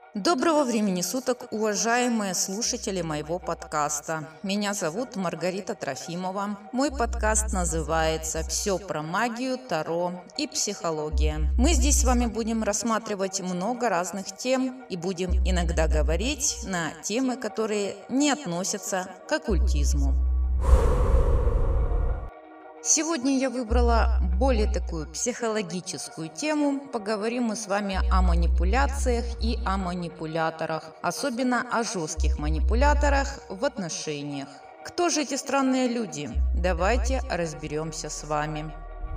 Доброго времени суток, уважаемые слушатели моего подкаста. Меня зовут Маргарита Трофимова. Мой подкаст называется «Все про магию, таро и психология». Мы здесь с вами будем рассматривать много разных тем и будем иногда говорить на темы, которые не относятся к оккультизму. Сегодня я выбрала более такую психологическую тему. Поговорим мы с вами о манипуляциях и о манипуляторах, особенно о жестких манипуляторах в отношениях. Кто же эти странные люди? Давайте разберемся с вами.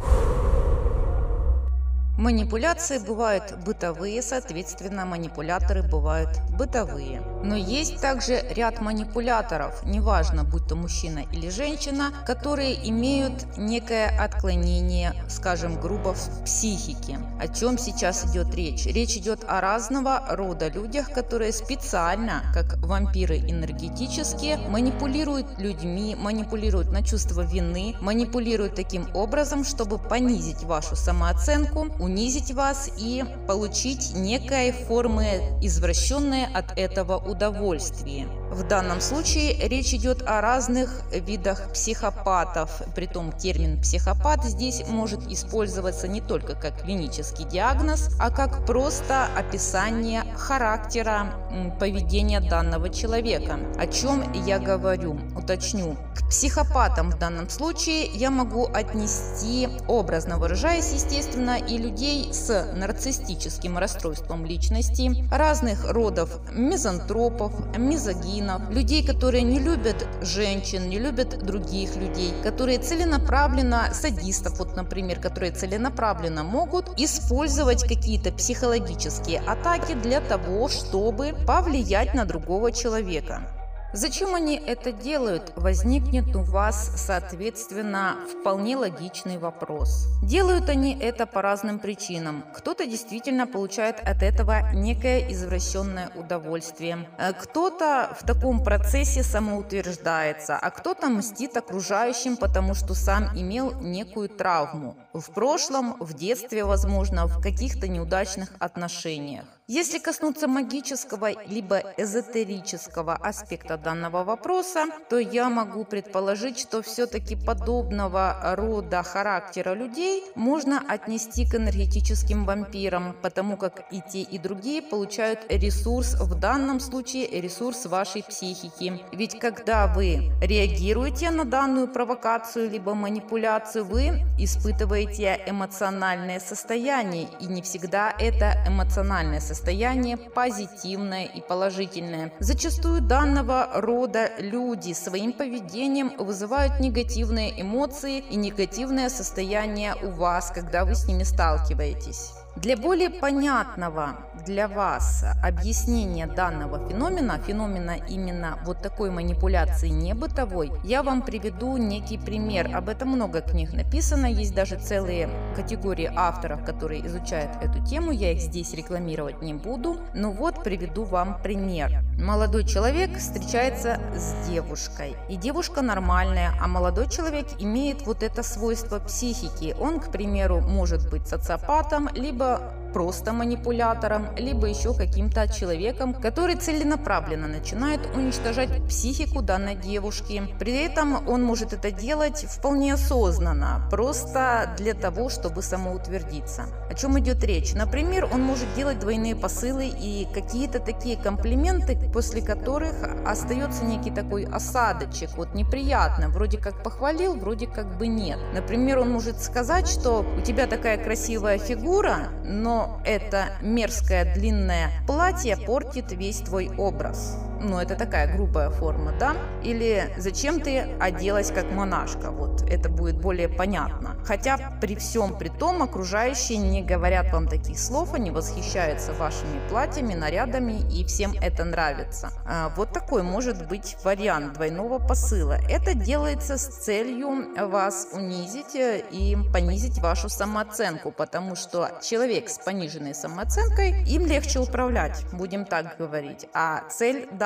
Манипуляции бывают бытовые, соответственно, манипуляторы бывают бытовые. Но есть также ряд манипуляторов, неважно, будь то мужчина или женщина, которые имеют некое отклонение, скажем, грубо в психике. О чем сейчас идет речь? Речь идет о разного рода людях, которые специально, как вампиры энергетические, манипулируют людьми, манипулируют на чувство вины, манипулируют таким образом, чтобы понизить вашу самооценку, унизить вас и получить некой формы извращенное от этого удовольствие. В данном случае речь идет о разных видах психопатов. Притом термин «психопат» здесь может использоваться не только как клинический диагноз, а как просто описание характера поведения данного человека. О чем я говорю? Уточню. К психопатам в данном случае я могу отнести, образно выражаясь, естественно, и людей с нарциссическим расстройством личности, разных родов мизантропов, мизогинов, людей, которые не любят женщин, не любят других людей, которые целенаправленно, садистов, вот, например, которые целенаправленно могут использовать какие-то психологические атаки для того, чтобы повлиять на другого человека. Зачем они это делают? Возникнет у вас, соответственно, вполне логичный вопрос. Делают они это по разным причинам. Кто-то действительно получает от этого некое извращенное удовольствие. Кто-то в таком процессе самоутверждается, а кто-то мстит окружающим, потому что сам имел некую травму. В прошлом, в детстве, возможно, в каких-то неудачных отношениях. Если коснуться магического либо эзотерического аспекта данного вопроса, то я могу предположить, что все-таки подобного рода характера людей можно отнести к энергетическим вампирам, потому как и те, и другие получают ресурс, в данном случае ресурс вашей психики. Ведь когда вы реагируете на данную провокацию либо манипуляцию, вы испытываете эмоциональное состояние, и не всегда это эмоциональное состояние позитивное и положительное. Зачастую данного рода люди своим поведением вызывают негативные эмоции и негативное состояние у вас, когда вы с ними сталкиваетесь. Для более понятного для вас объяснения данного феномена именно вот такой манипуляции не бытовой, я вам приведу некий пример. Об этом много книг написано, есть даже целые категории авторов, которые изучают эту тему, я их здесь рекламировать не буду, но вот приведу вам пример. Молодой человек встречается с девушкой, и девушка нормальная, а молодой человек имеет вот это свойство психики. Он, к примеру, может быть социопатом, либо просто манипулятором, либо еще каким-то человеком, который целенаправленно начинает уничтожать психику данной девушки. При этом он может это делать вполне осознанно, просто для того, чтобы самоутвердиться. О чем идет речь? Например, он может делать двойные посылы и какие-то такие комплименты, после которых остается некий такой осадочек, вот неприятно, вроде как похвалил, вроде как бы нет. Например, он может сказать, что у тебя такая красивая фигура, но это мерзкое длинное платье портит весь твой образ. Ну, это такая грубая форма, да? Или зачем ты оделась как монашка? Вот, это будет более понятно. Хотя при всем при том окружающие не говорят вам таких слов, они восхищаются вашими платьями, нарядами, и всем это нравится. Вот такой может быть вариант двойного посыла. Это делается с целью вас унизить и понизить вашу самооценку, потому что человек с пониженной самооценкой, им легче управлять, будем так говорить. А цель данного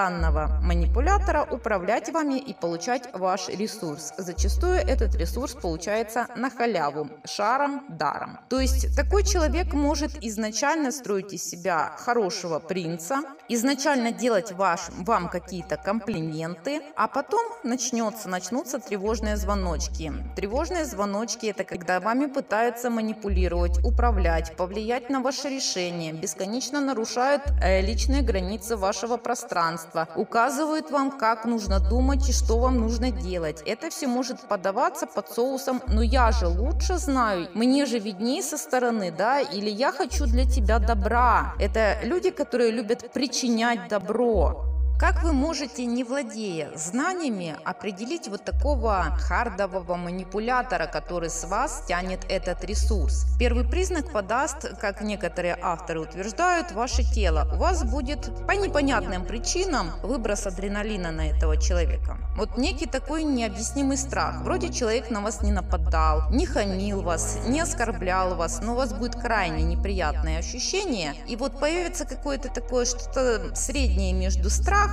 данного манипулятора управлять вами и получать ваш ресурс. Зачастую этот ресурс получается на халяву, шаром, даром. То есть такой человек может изначально строить из себя хорошего принца, изначально делать вам какие-то комплименты, а потом начнутся тревожные звоночки. Тревожные звоночки – это когда вами пытаются манипулировать, управлять, повлиять на ваше решение, бесконечно нарушают личные границы вашего пространства, указывают вам, как нужно думать и что вам нужно делать. Это все может подаваться под соусом «но я же лучше знаю, мне же виднее со стороны, да, или я хочу для тебя добра». Это люди, которые любят причинять добро. Как вы можете, не владея знаниями, определить вот такого хардового манипулятора, который с вас тянет этот ресурс? Первый признак подаст, как некоторые авторы утверждают, ваше тело. У вас будет по непонятным причинам выброс адреналина на этого человека. Вот некий такой необъяснимый страх. Вроде человек на вас не нападал, не хамил вас, не оскорблял вас, но у вас будет крайне неприятное ощущение. И вот появится какое-то такое что-то среднее между страхом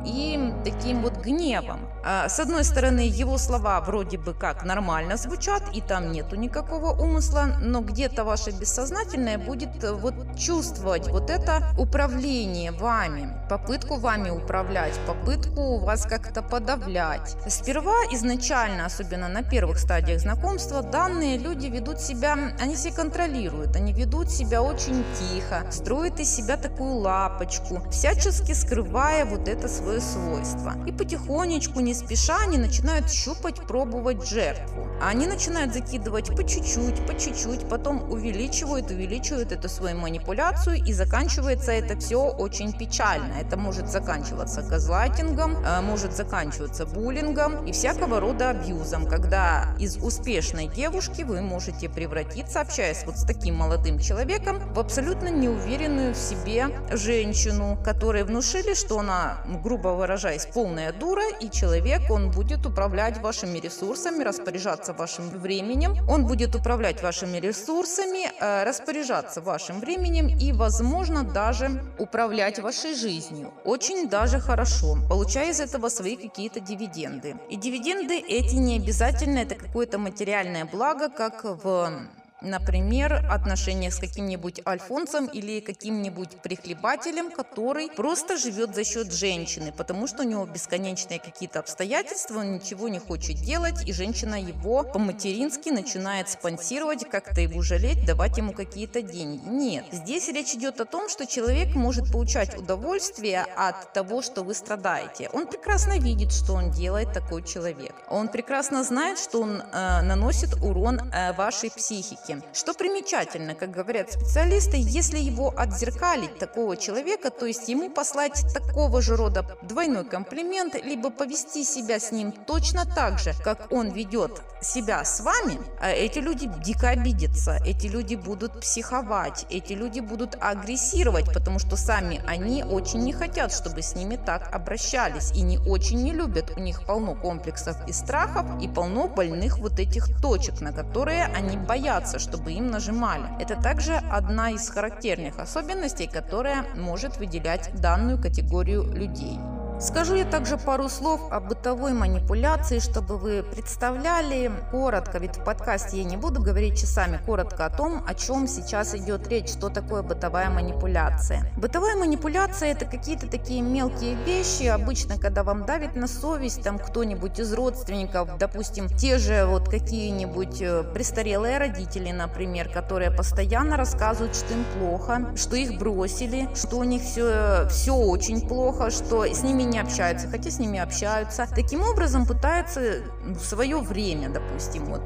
и таким вот гневом. С одной стороны, его слова вроде бы как нормально звучат, и там нету никакого умысла, но где-то ваше бессознательное будет вот чувствовать вот это управление вами, попытку вами управлять, попытку вас как-то подавлять. Сперва изначально, особенно на первых стадиях знакомства, данные люди ведут себя, они себя контролируют, они ведут себя очень тихо, строят из себя такую лапочку, всячески скрывая вот это свое свойство. И потихонечку, не спеша, они начинают щупать, пробовать жертву. Они начинают закидывать по чуть-чуть, потом увеличивают эту свою манипуляцию, и заканчивается это все очень печально. Это может заканчиваться газлайтингом, может заканчиваться буллингом и всякого рода абьюзом, когда из успешной девушки вы можете превратиться, общаясь вот с таким молодым человеком, в абсолютно неуверенную в себе женщину, которой внушили, что она, грубо выражаясь, полная дура, и человек, он будет управлять вашими ресурсами, распоряжаться вашим временем, он будет управлять вашими ресурсами, распоряжаться вашим временем и, возможно, даже управлять вашей жизнью. Очень даже хорошо, получая из этого свои какие-то дивиденды. И дивиденды эти не обязательно это какое-то материальное благо, как в... Например, отношения с каким-нибудь альфонсом или каким-нибудь прихлебателем, который просто живет за счет женщины, потому что у него бесконечные какие-то обстоятельства, он ничего не хочет делать, и женщина его по-матерински начинает спонсировать, как-то его жалеть, давать ему какие-то деньги. Нет, здесь речь идет о том, что человек может получать удовольствие от того, что вы страдаете. Он прекрасно видит, что он делает, такой человек. Он прекрасно знает, что он наносит урон вашей психике. Что примечательно, как говорят специалисты, если его отзеркалить, такого человека, то есть ему послать такого же рода двойной комплимент, либо повести себя с ним точно так же, как он ведет себя с вами, эти люди дико обидятся, эти люди будут психовать, эти люди будут агрессировать, потому что сами они очень не хотят, чтобы с ними так обращались, и не очень не любят. У них полно комплексов и страхов, и полно больных вот этих точек, на которые они боятся, чтобы им нажимали. Это также одна из характерных особенностей, которая может выделять данную категорию людей. Скажу я также пару слов о бытовой манипуляции, чтобы вы представляли коротко, ведь в подкасте я не буду говорить часами, коротко о том, о чем сейчас идет речь, что такое бытовая манипуляция. Бытовая манипуляция – это какие-то такие мелкие вещи, обычно, когда вам давит на совесть, там кто-нибудь из родственников, допустим, те же вот какие-нибудь престарелые родители, например, которые постоянно рассказывают, что им плохо, что их бросили, что у них все очень плохо, что с ними не общаются, хотя с ними общаются. Таким образом пытаются в свое время, допустим, вот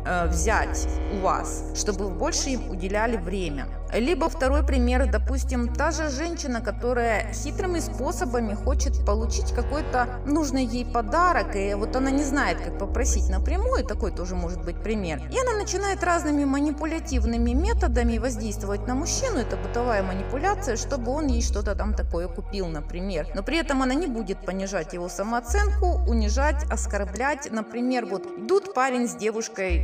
взять у вас, чтобы вы больше им уделяли время. Либо второй пример, допустим, та же женщина, которая хитрыми способами хочет получить какой-то нужный ей подарок, и вот она не знает, как попросить напрямую, такой тоже может быть пример. И она начинает разными манипулятивными методами воздействовать на мужчину, это бытовая манипуляция, чтобы он ей что-то там такое купил, например. Но при этом она не будет понижать его самооценку, унижать, оскорблять. Например, вот идут парень с девушкой,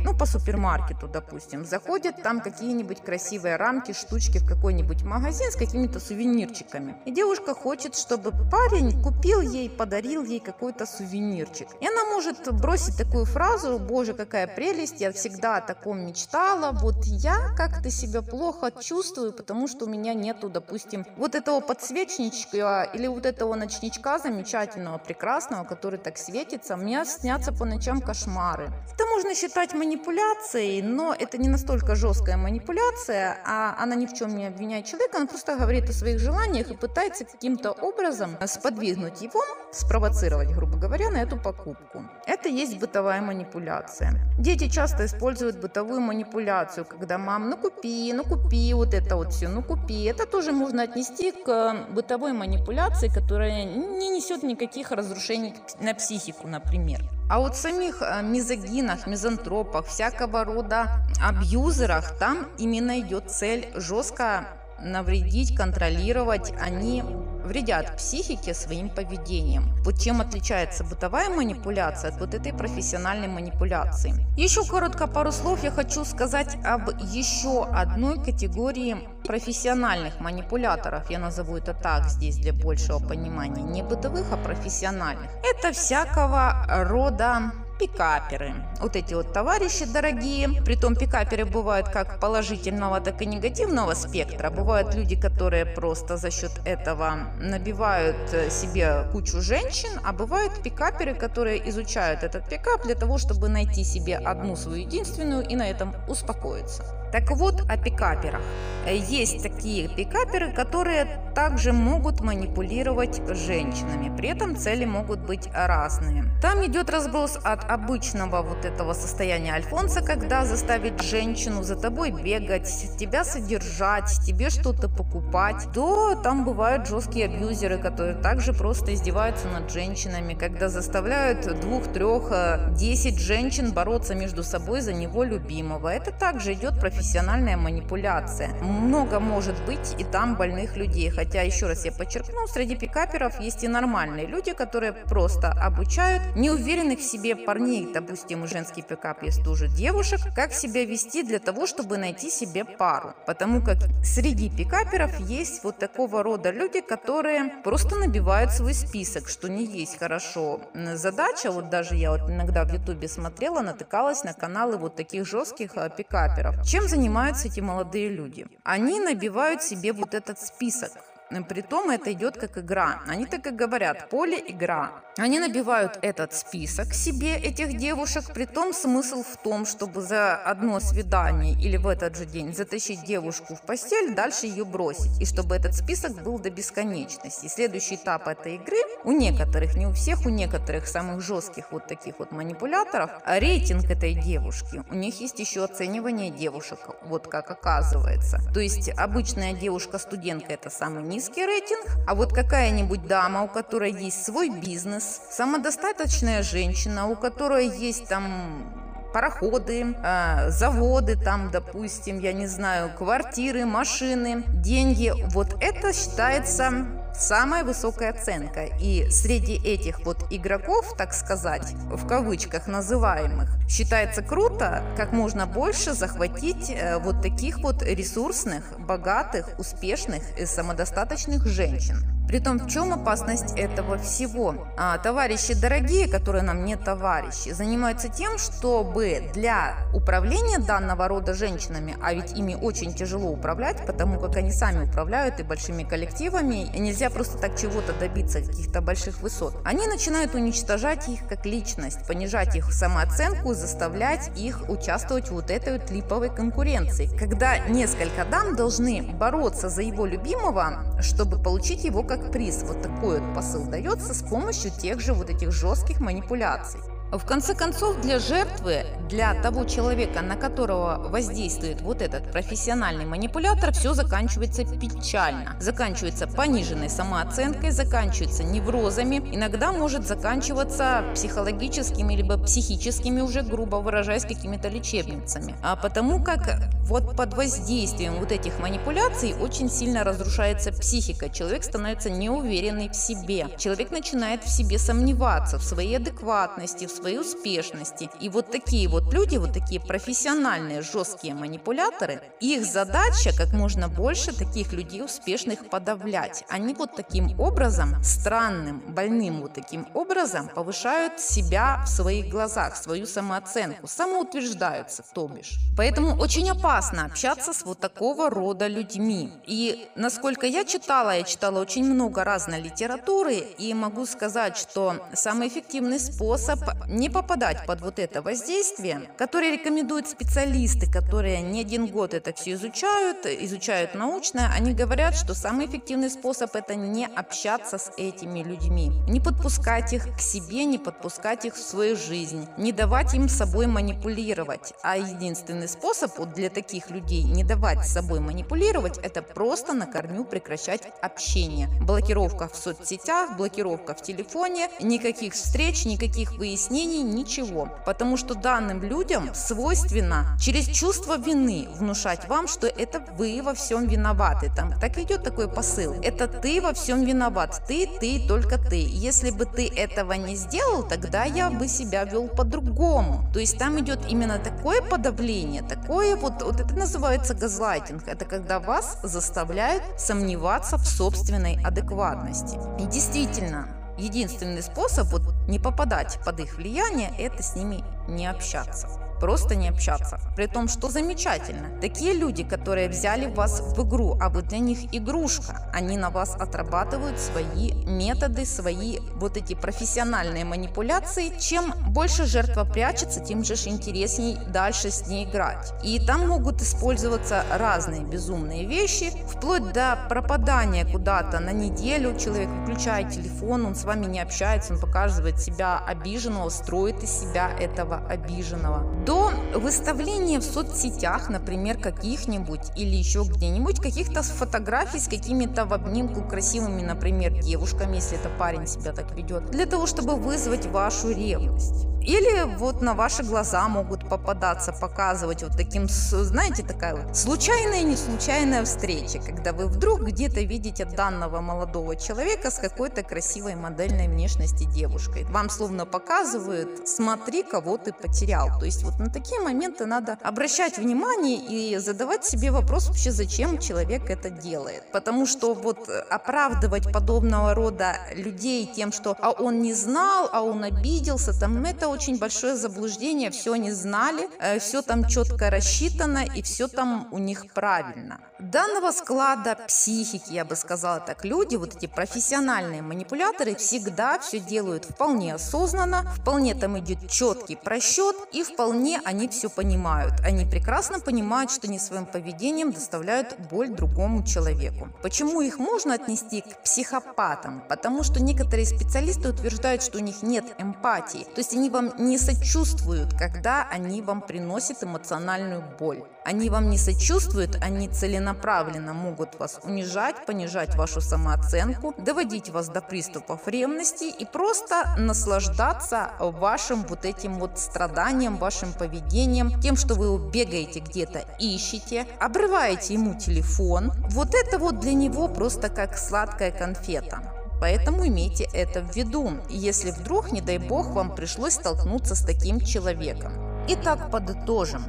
ну, по супермаркету, допустим, заходят, там какие-нибудь красивые рамки, штучки в какой-нибудь магазин с какими-то сувенирчиками. И девушка хочет, чтобы парень купил ей, подарил ей какой-то сувенирчик. И она может бросить такую фразу: «Боже, какая прелесть, я всегда о таком мечтала, вот я как-то себя плохо чувствую, потому что у меня нету, допустим, вот этого подсвечничка или вот этого ночничка замечательного, прекрасного, который так светится, мне снятся по ночам кошмары». Это можно считать манипуляцией, но это не настолько жесткая манипуляция, а она ни в чем не обвиняет человека, она просто говорит о своих желаниях и пытается каким-то образом сподвигнуть его, спровоцировать, грубо говоря, на эту покупку. Это есть бытовая манипуляция. Дети часто используют бытовую манипуляцию, когда: «Мам, ну купи, вот это вот все, ну купи». Это тоже можно отнести к бытовой манипуляции, которая не несет никаких разрушений на психику, например. А вот в самих мизогинах, мизантропах, всякого рода абьюзерах, там именно идет цель жестко навредить, контролировать. Они вредят психике своим поведением. Вот чем отличается бытовая манипуляция от вот этой профессиональной манипуляции. Еще коротко пару слов я хочу сказать об еще одной категории профессиональных манипуляторов. Я назову это так здесь для большего понимания. Не бытовых, а профессиональных. Это всякого рода пикаперы. Вот эти вот товарищи дорогие. Притом пикаперы бывают как положительного, так и негативного спектра. Бывают люди, которые просто за счет этого набивают себе кучу женщин, а бывают пикаперы, которые изучают этот пикап для того, чтобы найти себе одну свою единственную и на этом успокоиться. Так вот, о пикаперах. Есть такие пикаперы, которые также могут манипулировать женщинами. При этом цели могут быть разные. Там идет разброс от обычного вот этого состояния альфонса, когда заставить женщину за тобой бегать, тебя содержать, тебе что-то покупать, до там бывают жесткие абьюзеры, которые также просто издеваются над женщинами, когда заставляют 2, 3, 10 женщин бороться между собой за него любимого. Это также идет профессиональная манипуляция. Много может быть и там больных людей. Хотя, еще раз я подчеркну, среди пикаперов есть и нормальные люди, которые просто обучают неуверенных в себе парней, допустим, женский пикап есть тоже девушек, как себя вести для того, чтобы найти себе пару. Потому как среди пикаперов есть вот такого рода люди, которые просто набивают свой список, что не есть хорошо. Задача, вот даже я вот иногда в ютубе смотрела, натыкалась на каналы вот таких жестких пикаперов. Чем занимаются эти молодые люди? Они набивают себе вот этот список. Притом это идет как игра. Они так и говорят: поле игра. Они набивают этот список себе, этих девушек. Притом смысл в том, чтобы за одно свидание или в этот же день затащить девушку в постель, дальше ее бросить. И чтобы этот список был до бесконечности. Следующий этап этой игры у некоторых, не у всех, у некоторых самых жестких вот таких вот манипуляторов, рейтинг этой девушки. У них есть еще оценивание девушек, вот как оказывается. То есть обычная девушка-студентка — это самый низкий рейтинг, а вот какая-нибудь дама, у которой есть свой бизнес, самодостаточная женщина, у которой есть там пароходы, заводы, там, допустим, я не знаю, квартиры, машины, деньги, вот это считается самая высокая оценка. И среди этих вот игроков, так сказать, в кавычках называемых, считается круто как можно больше захватить вот таких вот ресурсных, богатых, успешных и самодостаточных женщин. Притом, в чем опасность этого всего? Товарищи дорогие, которые нам не товарищи, занимаются тем, чтобы для управления данного рода женщинами, а ведь ими очень тяжело управлять, потому как они сами управляют и большими коллективами, и нельзя просто так чего-то добиться, каких-то больших высот, они начинают уничтожать их как личность, понижать их самооценку, заставлять их участвовать в вот этой вот липовой конкуренции, когда несколько дам должны бороться за его любимого, чтобы получить его как приз. Вот такой вот посыл дается с помощью тех же вот этих жестких манипуляций. В конце концов, для жертвы, для того человека, на которого воздействует вот этот профессиональный манипулятор, все заканчивается печально. Заканчивается пониженной самооценкой, заканчивается неврозами, иногда может заканчиваться психологическими либо психическими, уже грубо выражаясь, какими-то лечебницами. А потому как вот под воздействием вот этих манипуляций очень сильно разрушается психика. Человек становится неуверенный в себе. Человек начинает в себе сомневаться, в своей адекватности, в своей успешности. И вот такие вот люди, вот такие профессиональные жесткие манипуляторы, их задача как можно больше таких людей успешных подавлять. Они вот таким образом, странным, больным вот таким образом повышают себя в своих глазах, свою самооценку, самоутверждаются, то бишь. Поэтому очень опасно общаться с вот такого рода людьми. И насколько я читала очень много разной литературы, и могу сказать, что самый эффективный способ не попадать под вот это воздействие, которое рекомендуют специалисты, которые не один год это все изучают научно, они говорят, что самый эффективный способ — это не общаться с этими людьми, не подпускать их к себе, не подпускать их в свою жизнь, не давать им собой манипулировать. А единственный способ вот для таких людей не давать собой манипулировать — это просто на корню прекращать общение. Блокировка в соцсетях, блокировка в телефоне, никаких встреч, никаких выяснений, ничего. Потому что данным людям свойственно через чувство вины внушать вам, что это вы во всем виноваты. Там так идет такой посыл. Это ты во всем виноват. Ты, только ты. Если бы ты этого не сделал, тогда я бы себя вел по-другому. То есть там идет именно такое подавление, такое вот это называется газлайтинг. Это когда вас заставляют сомневаться в собственной адекватности. И действительно, единственный способ вот не попадать под их влияние — это с ними не общаться. Просто не общаться. При том, что замечательно, такие люди, которые взяли вас в игру, а вы для них игрушка, они на вас отрабатывают свои методы, свои вот эти профессиональные манипуляции. Чем больше жертва прячется, тем же интересней дальше с ней играть. И там могут использоваться разные безумные вещи, вплоть до пропадания куда-то на неделю. Человек выключает телефон, он с вами не общается, он показывает себя обиженного, строит из себя этого обиженного. До выставления в соцсетях, например, каких-нибудь или еще где-нибудь каких-то фотографий с какими-то в обнимку красивыми, например, девушками, если это парень себя так ведет, для того, чтобы вызвать вашу ревность. Или вот на ваши глаза могут попадаться, показывать вот таким, знаете, такая вот случайная, не случайная встреча, когда вы вдруг где-то видите данного молодого человека с какой-то красивой модельной внешности девушкой. Вам словно показывают: смотри, кого ты потерял. То есть вот на такие моменты надо обращать внимание и задавать себе вопрос вообще, зачем человек это делает. Потому что вот оправдывать подобного рода людей тем, что он не знал, он обиделся, там, это очень большое заблуждение, все они знали, все там четко рассчитано и все там у них правильно. Данного склада психики, я бы сказала так, люди, вот эти профессиональные манипуляторы, всегда все делают вполне осознанно, вполне там идет четкий просчет, и вполне они все понимают. Они прекрасно понимают, что они своим поведением доставляют боль другому человеку. Почему их можно отнести к психопатам? Потому что некоторые специалисты утверждают, что у них нет эмпатии. То есть они вам не сочувствуют, когда они вам приносят эмоциональную боль. Они вам не сочувствуют, они целенаправленно могут вас унижать, понижать вашу самооценку, доводить вас до приступов ревности и просто наслаждаться вашим вот этим вот страданием, вашим поведением, тем, что вы его бегаете где-то, ищете, обрываете ему телефон. Вот это вот для него просто как сладкая конфета. Поэтому имейте это в виду, если вдруг, не дай бог, вам пришлось столкнуться с таким человеком. Итак, подытожим.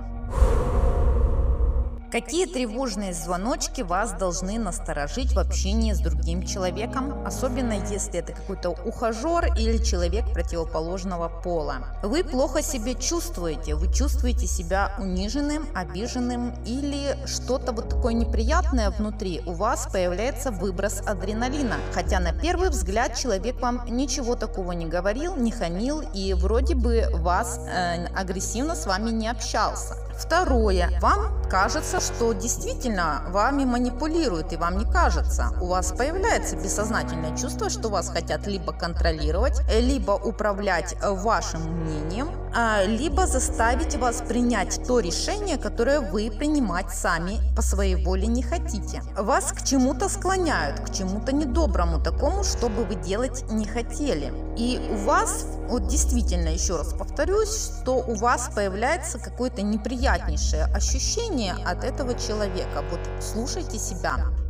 Какие тревожные звоночки вас должны насторожить в общении с другим человеком, особенно если это какой-то ухажер или человек противоположного пола? Вы плохо себя чувствуете, вы чувствуете себя униженным, обиженным или что-то вот такое неприятное внутри, у вас появляется выброс адреналина, хотя на первый взгляд человек вам ничего такого не говорил, не хамил и вроде бы вас агрессивно с вами не общался. Второе. Вам кажется, что действительно вами манипулируют, и вам не кажется. У вас появляется бессознательное чувство, что вас хотят либо контролировать, либо управлять вашим мнением, либо заставить вас принять то решение, которое вы принимать сами по своей воле не хотите. Вас к чему-то склоняют, к чему-то недоброму, такому, что бы вы делать не хотели. И у вас, вот действительно, еще раз повторюсь, что у вас появляется какое-то неприятнейшее ощущение от этого человека. Вот слушайте себя.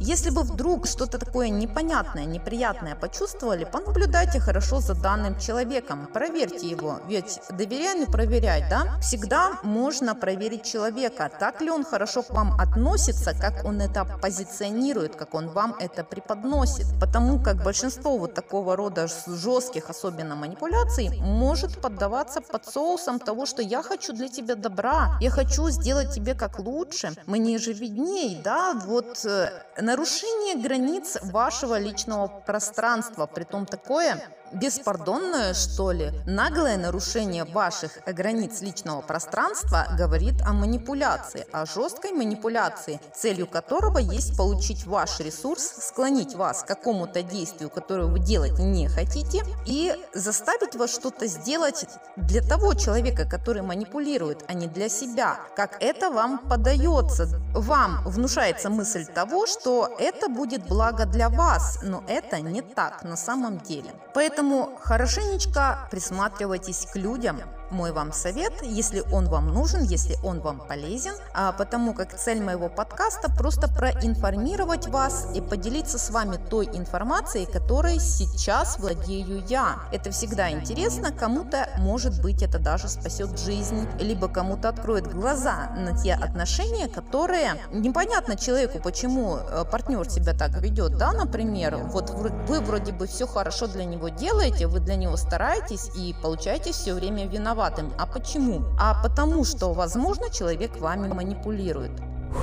Если бы вдруг что-то такое непонятное, неприятное почувствовали, понаблюдайте хорошо за данным человеком, проверьте его, ведь доверяй, не проверяй, да? Всегда можно проверить человека, так ли он хорошо к вам относится, как он это позиционирует, как он вам это преподносит. Потому как большинство вот такого рода жестких, особенно манипуляций, может поддаваться под соусом того, что я хочу для тебя добра, я хочу сделать тебе как лучше, мне же видней, да, вот нарушение границ вашего личного пространства, притом такое беспардонное, что ли, наглое нарушение ваших границ личного пространства говорит о манипуляции, о жесткой манипуляции, целью которого есть получить ваш ресурс, склонить вас к какому-то действию, которое вы делать не хотите, и заставить вас что-то сделать для того человека, который манипулирует, а не для себя. Как это вам подается? Вам внушается мысль того, что это будет благо для вас, но это не так на самом деле. Поэтому хорошенечко присматривайтесь к людям. Мой вам совет, если он вам нужен, если он вам полезен, потому как цель моего подкаста просто проинформировать вас и поделиться с вами той информацией, которой сейчас владею я. Это всегда интересно, кому-то, может быть, это даже спасет жизнь, либо кому-то откроет глаза на те отношения, которые непонятно человеку, почему партнер себя так ведет, да, например, вот вы вроде бы все хорошо для него делаете, вы для него стараетесь и получаетесь все время виноватым. А почему? А потому что, возможно, человек вами манипулирует.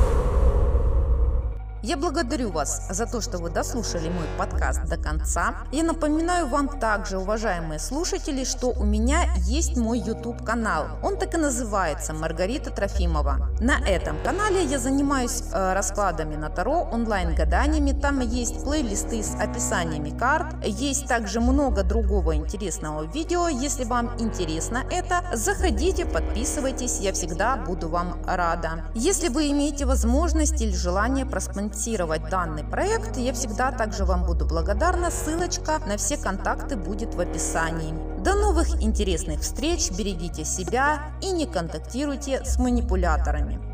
Я благодарю вас за то, что вы дослушали мой подкаст до конца. Я напоминаю вам также, уважаемые слушатели, что у меня есть мой YouTube-канал. Он так и называется «Маргарита Трофимова». На этом канале я занимаюсь раскладами на Таро, онлайн-гаданиями. Там есть плейлисты с описаниями карт. Есть также много другого интересного видео. Если вам интересно это, заходите, подписывайтесь. Я всегда буду вам рада. Если вы имеете возможность или желание проспонсировать данный проект, я всегда также вам буду благодарна. Ссылочка на все контакты будет в описании. До новых интересных встреч, берегите себя и не контактируйте с манипуляторами.